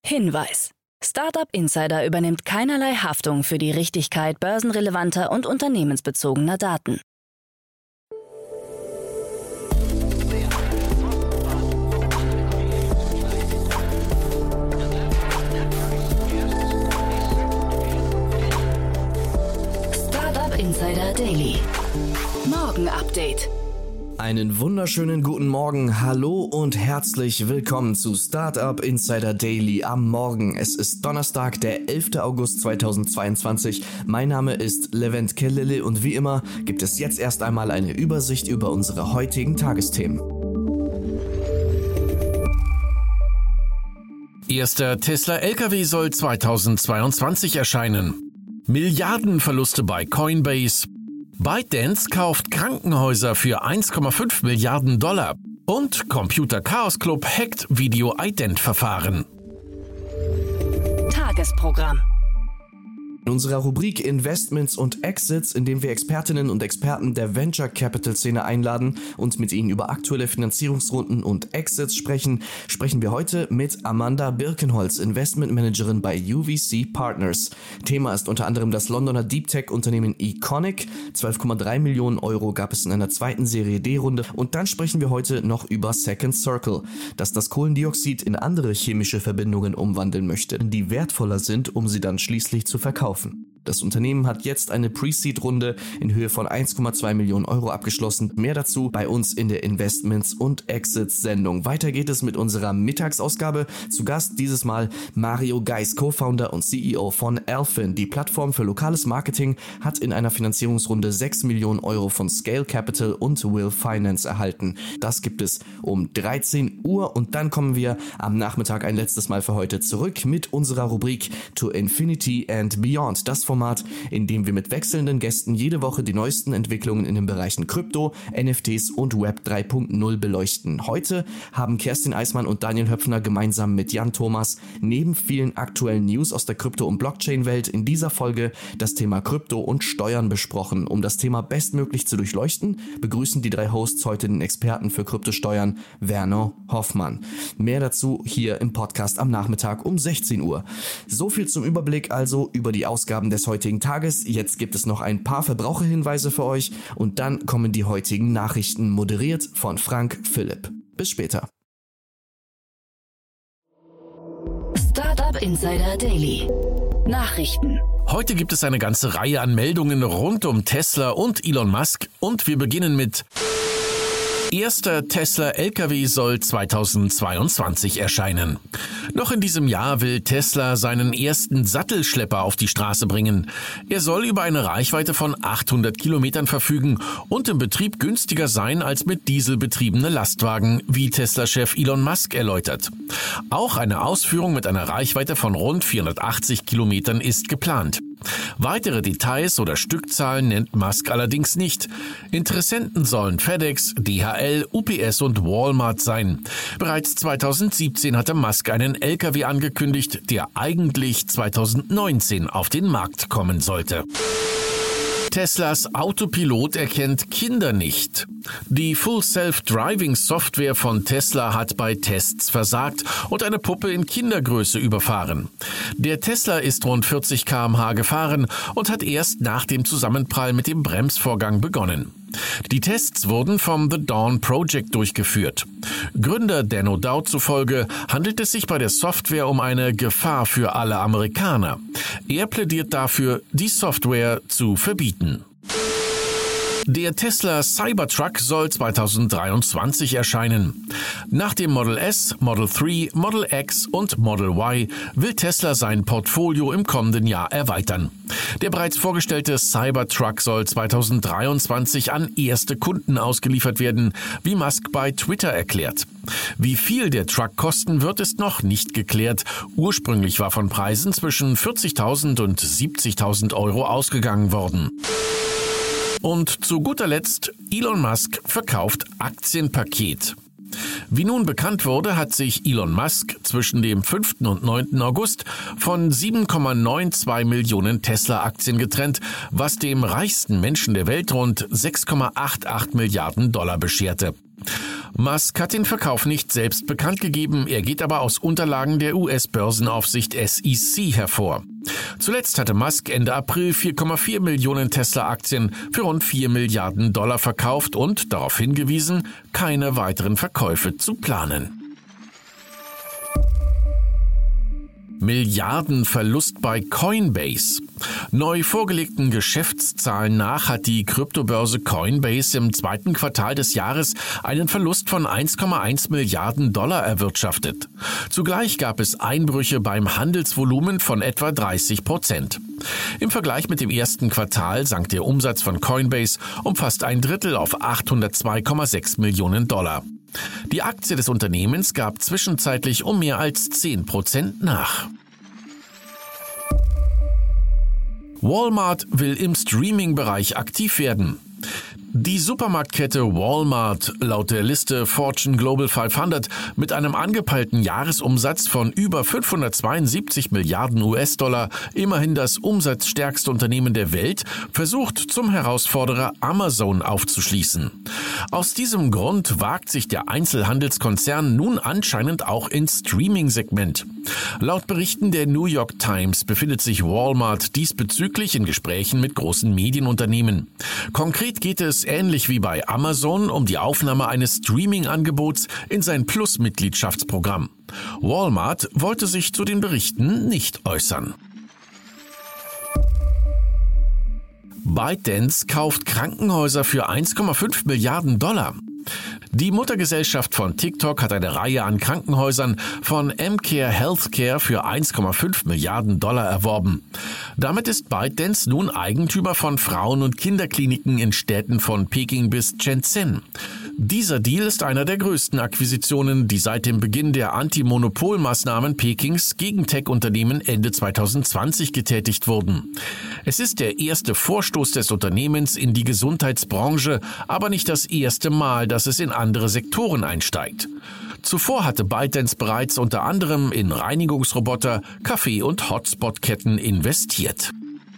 Hinweis: Startup Insider übernimmt keinerlei Haftung für die Richtigkeit börsenrelevanter und unternehmensbezogener Daten. Startup Insider Daily. Morgen Update. Einen wunderschönen guten Morgen, hallo und herzlich willkommen zu Startup Insider Daily am Morgen. Es ist Donnerstag, der 11. August 2022. Mein Name ist Levent Kellele und wie immer gibt es jetzt erst einmal eine Übersicht über unsere heutigen Tagesthemen. Erster Tesla-LKW soll 2022 erscheinen. Milliardenverluste bei Coinbase. ByteDance kauft Krankenhäuser für 1,5 Milliarden $. Und Computer Chaos Club hackt Video-Ident-Verfahren. Tagesprogramm. In unserer Rubrik Investments und Exits, in dem wir Expertinnen und Experten der Venture Capital Szene einladen und mit ihnen über aktuelle Finanzierungsrunden und Exits sprechen wir heute mit Amanda Birkenholz, Investment Managerin bei UVC Partners. Thema ist unter anderem das Londoner Deep Tech Unternehmen Econic. 12,3 Millionen Euro gab es in einer zweiten Serie D-Runde. Und dann sprechen wir heute noch über Second Circle, das das Kohlendioxid in andere chemische Verbindungen umwandeln möchte, die wertvoller sind, um sie dann schließlich zu verkaufen. Das Unternehmen hat jetzt eine Pre-Seed-Runde in Höhe von 1,2 Millionen Euro abgeschlossen. Mehr dazu bei uns in der Investments- und Exits-Sendung. Weiter geht es mit unserer Mittagsausgabe. Zu Gast dieses Mal Mario Geis, Co-Founder und CEO von Alphin. Die Plattform für lokales Marketing hat in einer Finanzierungsrunde 6 Millionen Euro von Scale Capital und Will Finance erhalten. Das gibt es um 13 Uhr und dann kommen wir am Nachmittag ein letztes Mal für heute zurück mit unserer Rubrik To Infinity and Beyond. Das Format, in dem wir mit wechselnden Gästen jede Woche die neuesten Entwicklungen in den Bereichen Krypto, NFTs und Web 3.0 beleuchten. Heute haben Kerstin Eismann und Daniel Höpfner gemeinsam mit Jan Thomas neben vielen aktuellen News aus der Krypto- und Blockchain-Welt in dieser Folge das Thema Krypto und Steuern besprochen. Um das Thema bestmöglich zu durchleuchten, begrüßen die drei Hosts heute den Experten für Kryptosteuern, Werner Hoffmann. Mehr dazu hier im Podcast am Nachmittag um 16 Uhr. So viel zum Überblick also über die Ausgaben des heutigen Tages. Jetzt gibt es noch ein paar Verbraucherhinweise für euch und dann kommen die heutigen Nachrichten, moderiert von Frank Philipp. Bis später. Startup Insider Daily. Nachrichten. Heute gibt es eine ganze Reihe an Meldungen rund um Tesla und Elon Musk und wir beginnen mit: Erster Tesla-LKW soll 2022 erscheinen. Noch in diesem Jahr will Tesla seinen ersten Sattelschlepper auf die Straße bringen. Er soll über eine Reichweite von 800 Kilometern verfügen und im Betrieb günstiger sein als mit Diesel betriebene Lastwagen, wie Tesla-Chef Elon Musk erläutert. Auch eine Ausführung mit einer Reichweite von rund 480 Kilometern ist geplant. Weitere Details oder Stückzahlen nennt Musk allerdings nicht. Interessenten sollen FedEx, DHL, UPS und Walmart sein. Bereits 2017 hatte Musk einen LKW angekündigt, der eigentlich 2019 auf den Markt kommen sollte. Teslas Autopilot erkennt Kinder nicht. Die Full Self-Driving Software von Tesla hat bei Tests versagt und eine Puppe in Kindergröße überfahren. Der Tesla ist rund 40 km/h gefahren und hat erst nach dem Zusammenprall mit dem Bremsvorgang begonnen. Die Tests wurden vom The Dawn Project durchgeführt. Gründer Dan O'Dowd zufolge handelt es sich bei der Software um eine Gefahr für alle Amerikaner. Er plädiert dafür, die Software zu verbieten. Der Tesla Cybertruck soll 2023 erscheinen. Nach dem Model S, Model 3, Model X und Model Y will Tesla sein Portfolio im kommenden Jahr erweitern. Der bereits vorgestellte Cybertruck soll 2023 an erste Kunden ausgeliefert werden, wie Musk bei Twitter erklärt. Wie viel der Truck kosten wird, ist noch nicht geklärt. Ursprünglich war von Preisen zwischen 40.000 und 70.000 Euro ausgegangen worden. Und zu guter Letzt, Elon Musk verkauft Aktienpaket. Wie nun bekannt wurde, hat sich Elon Musk zwischen dem 5. und 9. August von 7,92 Millionen Tesla-Aktien getrennt, was dem reichsten Menschen der Welt rund 6,88 Milliarden $ bescherte. Musk hat den Verkauf nicht selbst bekannt gegeben, er geht aber aus Unterlagen der US-Börsenaufsicht SEC hervor. Zuletzt hatte Musk Ende April 4,4 Millionen Tesla-Aktien für rund $4 Milliarden verkauft und darauf hingewiesen, keine weiteren Verkäufe zu planen. Milliardenverlust bei Coinbase. Neu vorgelegten Geschäftszahlen nach hat die Kryptobörse Coinbase im zweiten Quartal des Jahres einen Verlust von 1,1 Milliarden Dollar erwirtschaftet. Zugleich gab es Einbrüche beim Handelsvolumen von etwa 30%. Im Vergleich mit dem ersten Quartal sank der Umsatz von Coinbase um fast ein Drittel auf 802,6 Millionen Dollar. Die Aktie des Unternehmens gab zwischenzeitlich um mehr als 10% nach. Walmart will im Streaming-Bereich aktiv werden. Die Supermarktkette Walmart, laut der Liste Fortune Global 500, mit einem angepeilten Jahresumsatz von über 572 Milliarden US-Dollar, immerhin das umsatzstärkste Unternehmen der Welt, versucht zum Herausforderer Amazon aufzuschließen. Aus diesem Grund wagt sich der Einzelhandelskonzern nun anscheinend auch ins Streaming-Segment. Laut Berichten der New York Times befindet sich Walmart diesbezüglich in Gesprächen mit großen Medienunternehmen. Konkret geht es ähnlich wie bei Amazon um die Aufnahme eines Streaming-Angebots in sein Plus-Mitgliedschaftsprogramm. Walmart wollte sich zu den Berichten nicht äußern. ByteDance kauft Krankenhäuser für 1,5 Milliarden Dollar. Die Muttergesellschaft von TikTok hat eine Reihe an Krankenhäusern von M-Care Healthcare für 1,5 Milliarden Dollar erworben. Damit ist ByteDance nun Eigentümer von Frauen- und Kinderkliniken in Städten von Peking bis Shenzhen. Dieser Deal ist einer der größten Akquisitionen, die seit dem Beginn der Anti-Monopol-Maßnahmen Pekings gegen Tech-Unternehmen Ende 2020 getätigt wurden. Es ist der erste Vorstoß des Unternehmens in die Gesundheitsbranche, aber nicht das erste Mal, dass es in andere Sektoren einsteigt. Zuvor hatte ByteDance bereits unter anderem in Reinigungsroboter, Kaffee- und Hotspot-Ketten investiert.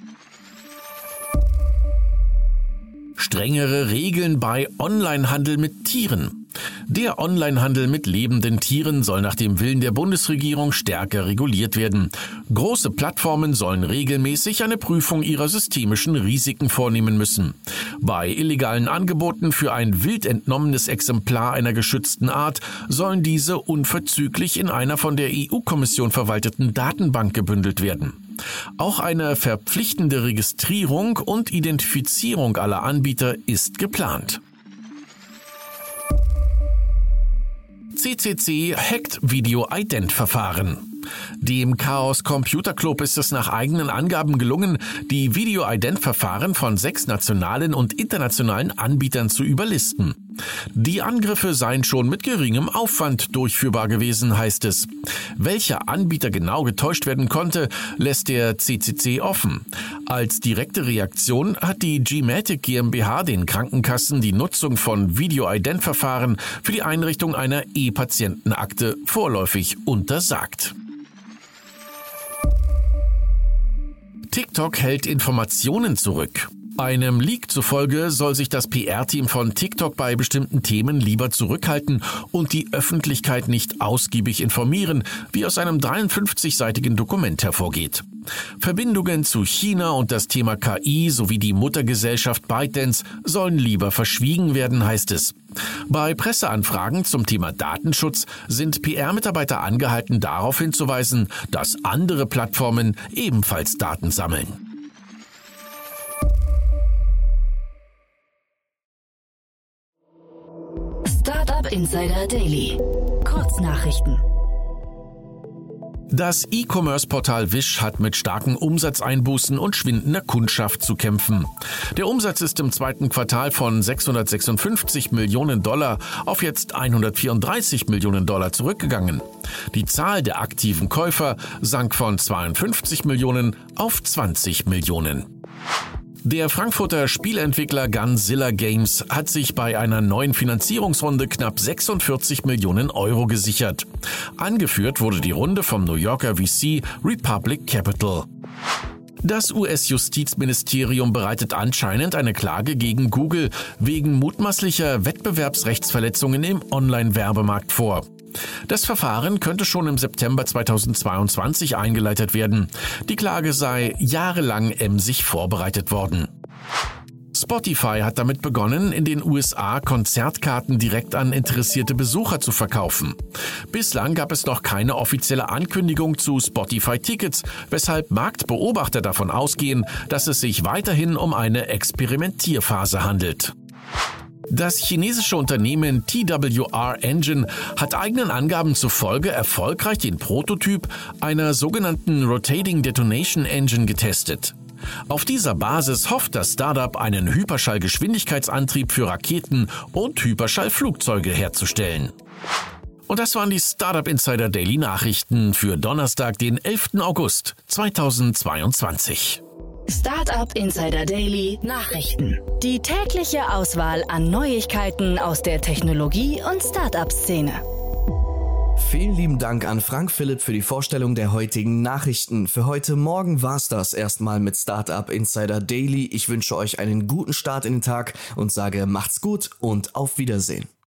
Strengere Regeln bei Onlinehandel mit Tieren. Der Onlinehandel mit lebenden Tieren soll nach dem Willen der Bundesregierung stärker reguliert werden. Große Plattformen sollen regelmäßig eine Prüfung ihrer systemischen Risiken vornehmen müssen. Bei illegalen Angeboten für ein wild entnommenes Exemplar einer geschützten Art sollen diese unverzüglich in einer von der EU-Kommission verwalteten Datenbank gebündelt werden. Auch eine verpflichtende Registrierung und Identifizierung aller Anbieter ist geplant. CCC hackt Video-Ident-Verfahren. Dem Chaos Computer Club ist es nach eigenen Angaben gelungen, die Video-Ident-Verfahren von 6 nationalen und internationalen Anbietern zu überlisten. Die Angriffe seien schon mit geringem Aufwand durchführbar gewesen, heißt es. Welcher Anbieter genau getäuscht werden konnte, lässt der CCC offen. Als direkte Reaktion hat die Gematic GmbH den Krankenkassen die Nutzung von Video-Ident-Verfahren für die Einrichtung einer E-Patientenakte vorläufig untersagt. TikTok hält Informationen zurück. Einem Leak zufolge soll sich das PR-Team von TikTok bei bestimmten Themen lieber zurückhalten und die Öffentlichkeit nicht ausgiebig informieren, wie aus einem 53-seitigen Dokument hervorgeht. Verbindungen zu China und das Thema KI sowie die Muttergesellschaft ByteDance sollen lieber verschwiegen werden, heißt es. Bei Presseanfragen zum Thema Datenschutz sind PR-Mitarbeiter angehalten, darauf hinzuweisen, dass andere Plattformen ebenfalls Daten sammeln. Startup Insider Daily. Kurznachrichten. Das E-Commerce-Portal Wish hat mit starken Umsatzeinbußen und schwindender Kundschaft zu kämpfen. Der Umsatz ist im zweiten Quartal von 656 Millionen Dollar auf jetzt 134 Millionen Dollar zurückgegangen. Die Zahl der aktiven Käufer sank von 52 Millionen auf 20 Millionen. Der Frankfurter Spielentwickler Gunzilla Games hat sich bei einer neuen Finanzierungsrunde knapp 46 Millionen Euro gesichert. Angeführt wurde die Runde vom New Yorker VC Republic Capital. Das US-Justizministerium bereitet anscheinend eine Klage gegen Google wegen mutmaßlicher Wettbewerbsrechtsverletzungen im Online-Werbemarkt vor. Das Verfahren könnte schon im September 2022 eingeleitet werden. Die Klage sei jahrelang emsig vorbereitet worden. Spotify hat damit begonnen, in den USA Konzertkarten direkt an interessierte Besucher zu verkaufen. Bislang gab es noch keine offizielle Ankündigung zu Spotify-Tickets, weshalb Marktbeobachter davon ausgehen, dass es sich weiterhin um eine Experimentierphase handelt. Das chinesische Unternehmen TWR Engine hat eigenen Angaben zufolge erfolgreich den Prototyp einer sogenannten Rotating Detonation Engine getestet. Auf dieser Basis hofft das Startup, einen Hyperschallgeschwindigkeitsantrieb für Raketen und Hyperschallflugzeuge herzustellen. Und das waren die Startup Insider Daily Nachrichten für Donnerstag, den 11. August 2022. Startup Insider Daily Nachrichten. Die tägliche Auswahl an Neuigkeiten aus der Technologie- und Startup-Szene. Vielen lieben Dank an Frank Philipp für die Vorstellung der heutigen Nachrichten. Für heute Morgen war's das erstmal mit Startup Insider Daily. Ich wünsche euch einen guten Start in den Tag und sage macht's gut und auf Wiedersehen.